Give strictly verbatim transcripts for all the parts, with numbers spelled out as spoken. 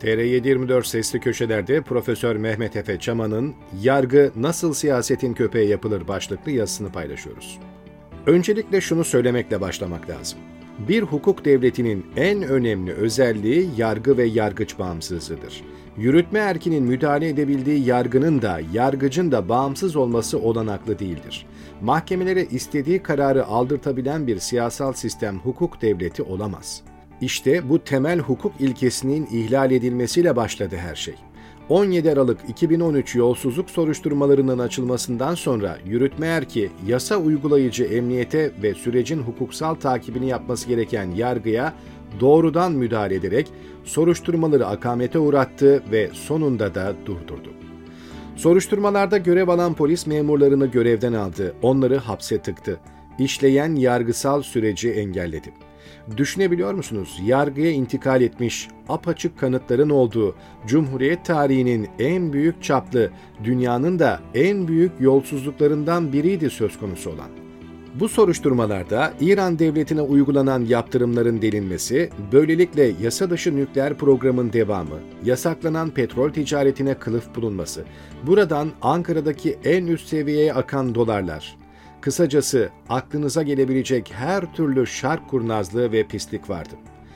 T R yedi yirmi dört Sesli Köşeler'de Profesör Mehmet Efe Çaman'ın "Yargı Nasıl Siyasetin Köpeği Yapılır" başlıklı yazısını paylaşıyoruz. Öncelikle şunu söylemekle başlamak lazım. Bir hukuk devletinin en önemli özelliği yargı ve yargıç bağımsızlığıdır. Yürütme erkinin müdahale edebildiği yargının da, yargıcın da bağımsız olması olanaklı değildir. Mahkemelere istediği kararı aldırtabilen bir siyasal sistem hukuk devleti olamaz. İşte bu temel hukuk ilkesinin ihlal edilmesiyle başladı her şey. on yedi Aralık iki bin on üç yolsuzluk soruşturmalarının açılmasından sonra yürütme erki, yasa uygulayıcı emniyete ve sürecin hukuksal takibini yapması gereken yargıya doğrudan müdahale ederek soruşturmaları akamete uğrattı ve sonunda da durdurdu. Soruşturmalarda görev alan polis memurlarını görevden aldı, onları hapse tıktı. İşleyen yargısal süreci engelledi. Düşünebiliyor musunuz? Yargıya intikal etmiş, apaçık kanıtların olduğu, Cumhuriyet tarihinin en büyük çaplı, dünyanın da en büyük yolsuzluklarından biriydi söz konusu olan. Bu soruşturmalarda İran devletine uygulanan yaptırımların delinmesi, böylelikle yasa dışı nükleer programın devamı, yasaklanan petrol ticaretine kılıf bulunması, buradan Ankara'daki en üst seviyeye akan dolarlar, kısacası aklınıza gelebilecek her türlü şark kurnazlığı ve pislik vardı.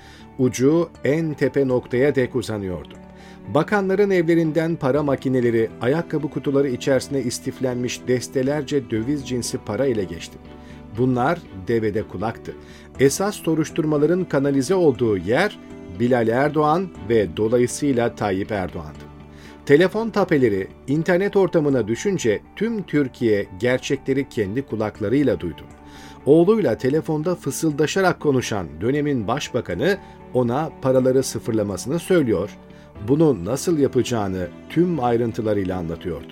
Ucu en tepe noktaya dek uzanıyordu. Bakanların evlerinden para makineleri, ayakkabı kutuları içerisine istiflenmiş destelerce döviz cinsi para ile geçti. Bunlar devede kulaktı. Esas soruşturmaların kanalize olduğu yer Bilal Erdoğan ve dolayısıyla Tayyip Erdoğan'dı. Telefon tapeleri internet ortamına düşünce tüm Türkiye gerçekleri kendi kulaklarıyla duydu. Oğluyla telefonda fısıldaşarak konuşan dönemin başbakanı ona paraları sıfırlamasını söylüyor, bunu nasıl yapacağını tüm ayrıntılarıyla anlatıyordu.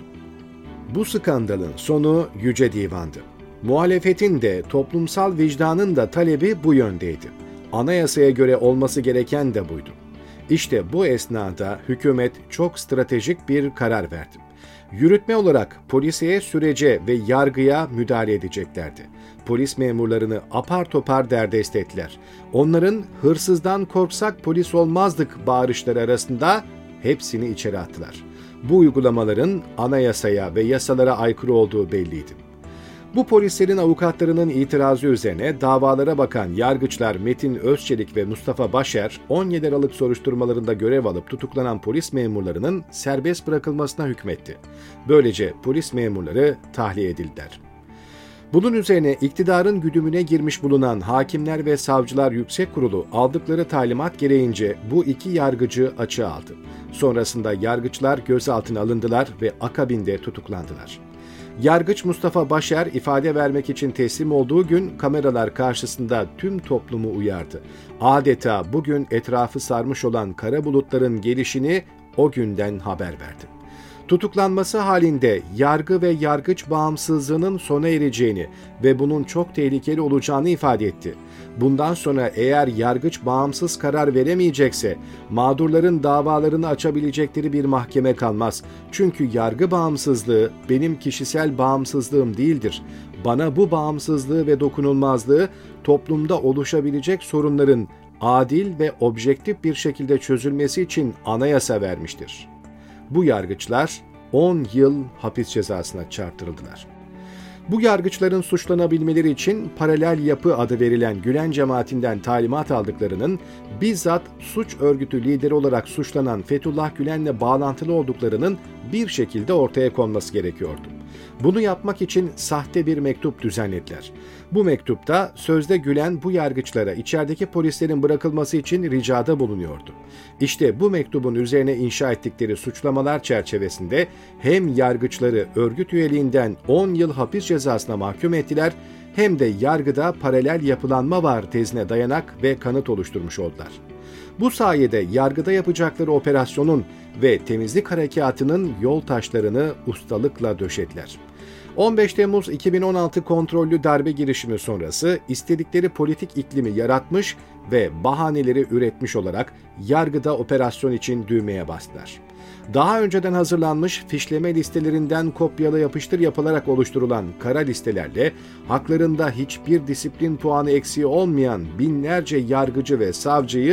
Bu skandalın sonu Yüce Divan'dı. Muhalefetin de toplumsal vicdanın da talebi bu yöndeydi. Anayasaya göre olması gereken de buydu. İşte bu esnada hükümet çok stratejik bir karar verdi. Yürütme olarak polisiye sürece ve yargıya müdahale edeceklerdi. Polis memurlarını apar topar derdest ettiler. Onların "hırsızdan korksak polis olmazdık" bağırışları arasında hepsini içeri attılar. Bu uygulamaların anayasaya ve yasalara aykırı olduğu belliydi. Bu polislerin avukatlarının itirazı üzerine davalara bakan yargıçlar Metin Özçelik ve Mustafa Başer, on yedi Aralık soruşturmalarında görev alıp tutuklanan polis memurlarının serbest bırakılmasına hükmetti. Böylece polis memurları tahliye edildiler. Bunun üzerine iktidarın güdümüne girmiş bulunan Hakimler ve Savcılar Yüksek Kurulu aldıkları talimat gereğince bu iki yargıcı açığa aldı. Sonrasında yargıçlar gözaltına alındılar ve akabinde tutuklandılar. Yargıç Mustafa Başer ifade vermek için teslim olduğu gün kameralar karşısında tüm toplumu uyardı. Adeta bugün etrafı sarmış olan kara bulutların gelişini o günden haber verdi. Tutuklanması halinde yargı ve yargıç bağımsızlığının sona ereceğini ve bunun çok tehlikeli olacağını ifade etti. Bundan sonra eğer yargıç bağımsız karar veremeyecekse mağdurların davalarını açabilecekleri bir mahkeme kalmaz. Çünkü yargı bağımsızlığı benim kişisel bağımsızlığım değildir. Bana bu bağımsızlığı ve dokunulmazlığı toplumda oluşabilecek sorunların adil ve objektif bir şekilde çözülmesi için anayasa vermiştir. Bu yargıçlar on yıl hapis cezasına çarptırıldılar. Bu yargıçların suçlanabilmeleri için paralel yapı adı verilen Gülen cemaatinden talimat aldıklarının bizzat suç örgütü lideri olarak suçlanan Fethullah Gülen'le bağlantılı olduklarının bir şekilde ortaya konması gerekiyordu. Bunu yapmak için sahte bir mektup düzenlediler. Bu mektupta sözde Gülen bu yargıçlara içerideki polislerin bırakılması için ricada bulunuyordu. İşte bu mektubun üzerine inşa ettikleri suçlamalar çerçevesinde hem yargıçları örgüt üyeliğinden on yıl hapis cezasına mahkum ettiler, hem de yargıda paralel yapılanma var tezine dayanak ve kanıt oluşturmuş oldular. Bu sayede yargıda yapacakları operasyonun ve temizlik harekatının yol taşlarını ustalıkla döşediler. on beş Temmuz iki bin on altı kontrollü darbe girişimi sonrası istedikleri politik iklimi yaratmış ve bahaneleri üretmiş olarak yargıda operasyon için düğmeye bastılar. Daha önceden hazırlanmış fişleme listelerinden kopyala yapıştır yapılarak oluşturulan kara listelerle haklarında hiçbir disiplin puanı eksiği olmayan binlerce yargıcı ve savcıyı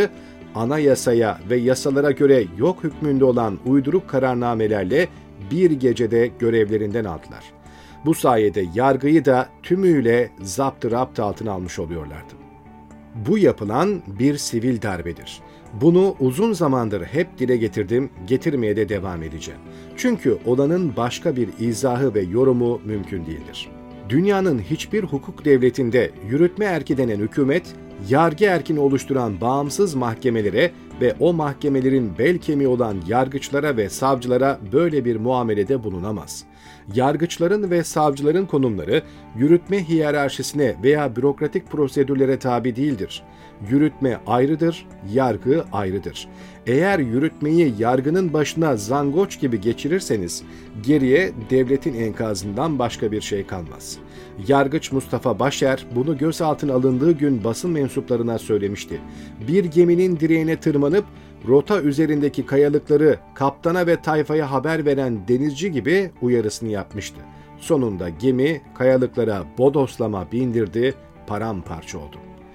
anayasaya ve yasalara göre yok hükmünde olan uyduruk kararnamelerle bir gecede görevlerinden aldılar. Bu sayede yargıyı da tümüyle zaptı-rapt altına almış oluyorlardı. Bu yapılan bir sivil darbedir. Bunu uzun zamandır hep dile getirdim, getirmeye de devam edeceğim. Çünkü olanın başka bir izahı ve yorumu mümkün değildir. Dünyanın hiçbir hukuk devletinde yürütme erki denen hükümet, yargı erkini oluşturan bağımsız mahkemelere ve o mahkemelerin bel kemiği olan yargıçlara ve savcılara böyle bir muamelede bulunamaz. Yargıçların ve savcıların konumları yürütme hiyerarşisine veya bürokratik prosedürlere tabi değildir. Yürütme ayrıdır, yargı ayrıdır. Eğer yürütmeyi yargının başına zangoç gibi geçirirseniz geriye devletin enkazından başka bir şey kalmaz. Yargıç Mustafa Başer bunu gözaltına alındığı gün basın mensuplarına söylemişti. Bir geminin direğine tırmanıp rota üzerindeki kayalıkları kaptana ve tayfaya haber veren denizci gibi uyarısını yapmıştı. Sonunda gemi kayalıklara bodoslama bindirdi, paramparça oldu.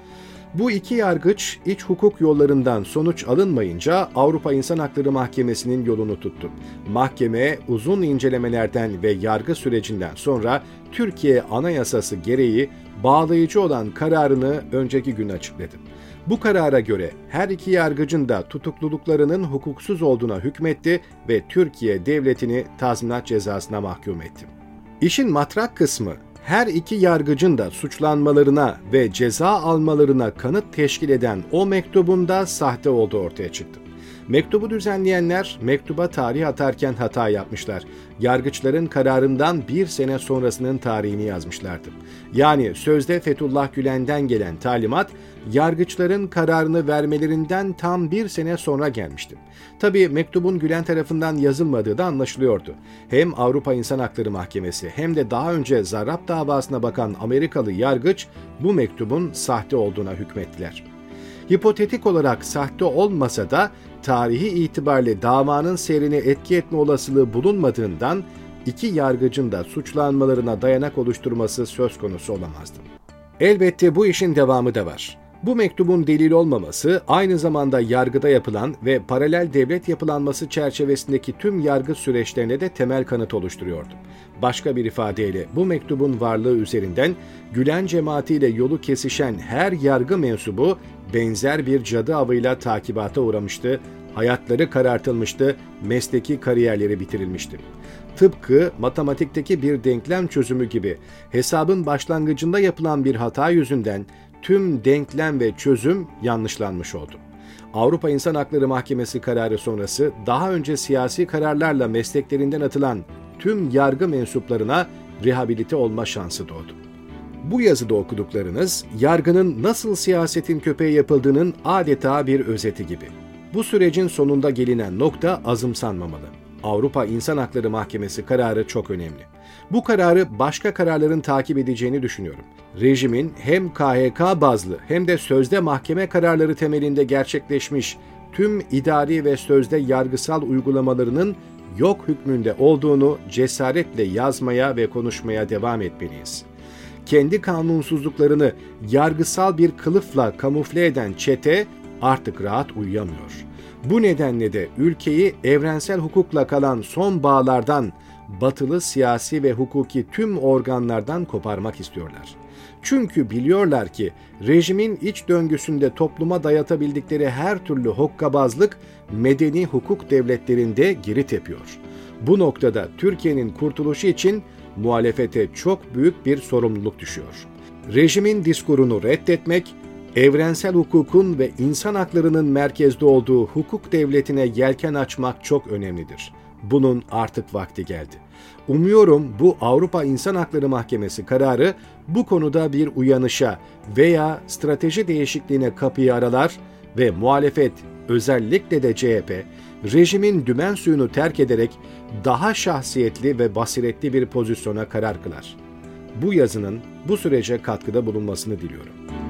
Bu iki yargıç iç hukuk yollarından sonuç alınmayınca Avrupa İnsan Hakları Mahkemesi'nin yolunu tuttu. Mahkeme uzun incelemelerden ve yargı sürecinden sonra Türkiye Anayasası gereği bağlayıcı olan kararını önceki gün açıkladı. Bu karara göre her iki yargıcın da tutukluluklarının hukuksuz olduğuna hükmetti ve Türkiye devletini tazminat cezasına mahkum etti. İşin matrak kısmı, her iki yargıcın da suçlanmalarına ve ceza almalarına kanıt teşkil eden o mektubun da sahte olduğu ortaya çıktı. Mektubu düzenleyenler mektuba tarih atarken hata yapmışlar. Yargıçların kararından bir sene sonrasının tarihini yazmışlardı. Yani sözde Fethullah Gülen'den gelen talimat, yargıçların kararını vermelerinden tam bir sene sonra gelmişti. Tabii mektubun Gülen tarafından yazılmadığı da anlaşılıyordu. Hem Avrupa İnsan Hakları Mahkemesi hem de daha önce Zarrab davasına bakan Amerikalı yargıç bu mektubun sahte olduğuna hükmettiler. Hipotetik olarak sahte olmasa da tarihi itibariyle davanın seyrine etki etme olasılığı bulunmadığından iki yargıcın da suçlanmalarına dayanak oluşturması söz konusu olamazdı. Elbette bu işin devamı da var. Bu mektubun delil olmaması aynı zamanda yargıda yapılan ve paralel devlet yapılanması çerçevesindeki tüm yargı süreçlerine de temel kanıt oluşturuyordu. Başka bir ifadeyle bu mektubun varlığı üzerinden Gülen cemaatiyle yolu kesişen her yargı mensubu benzer bir cadı avıyla takibata uğramıştı, hayatları karartılmıştı, mesleki kariyerleri bitirilmişti. Tıpkı matematikteki bir denklem çözümü gibi hesabın başlangıcında yapılan bir hata yüzünden tüm denklem ve çözüm yanlışlanmış oldu. Avrupa İnsan Hakları Mahkemesi kararı sonrası daha önce siyasi kararlarla mesleklerinden atılan tüm yargı mensuplarına rehabilite olma şansı doğdu. Bu yazıda okuduklarınız, yargının nasıl siyasetin köpeği yapıldığının adeta bir özeti gibi. Bu sürecin sonunda gelinen nokta azımsanmamalı. Avrupa İnsan Hakları Mahkemesi kararı çok önemli. Bu kararı başka kararların takip edeceğini düşünüyorum. Rejimin hem K H K bazlı hem de sözde mahkeme kararları temelinde gerçekleşmiş tüm idari ve sözde yargısal uygulamalarının yok hükmünde olduğunu cesaretle yazmaya ve konuşmaya devam etmeliyiz. Kendi kanunsuzluklarını yargısal bir kılıfla kamufle eden çete artık rahat uyuyamıyor. Bu nedenle de ülkeyi evrensel hukukla kalan son bağlardan, batılı siyasi ve hukuki tüm organlardan koparmak istiyorlar. Çünkü biliyorlar ki rejimin iç döngüsünde topluma dayatabildikleri her türlü hokkabazlık medeni hukuk devletlerinde geri tepiyor. Bu noktada Türkiye'nin kurtuluşu için muhalefete çok büyük bir sorumluluk düşüyor. Rejimin diskurunu reddetmek, evrensel hukukun ve insan haklarının merkezde olduğu hukuk devletine yelken açmak çok önemlidir. Bunun artık vakti geldi. Umuyorum bu Avrupa İnsan Hakları Mahkemesi kararı bu konuda bir uyanışa veya strateji değişikliğine kapıyı aralar ve muhalefet, özellikle de C H P, rejimin dümen suyunu terk ederek daha şahsiyetli ve basiretli bir pozisyona karar kılar. Bu yazının bu sürece katkıda bulunmasını diliyorum.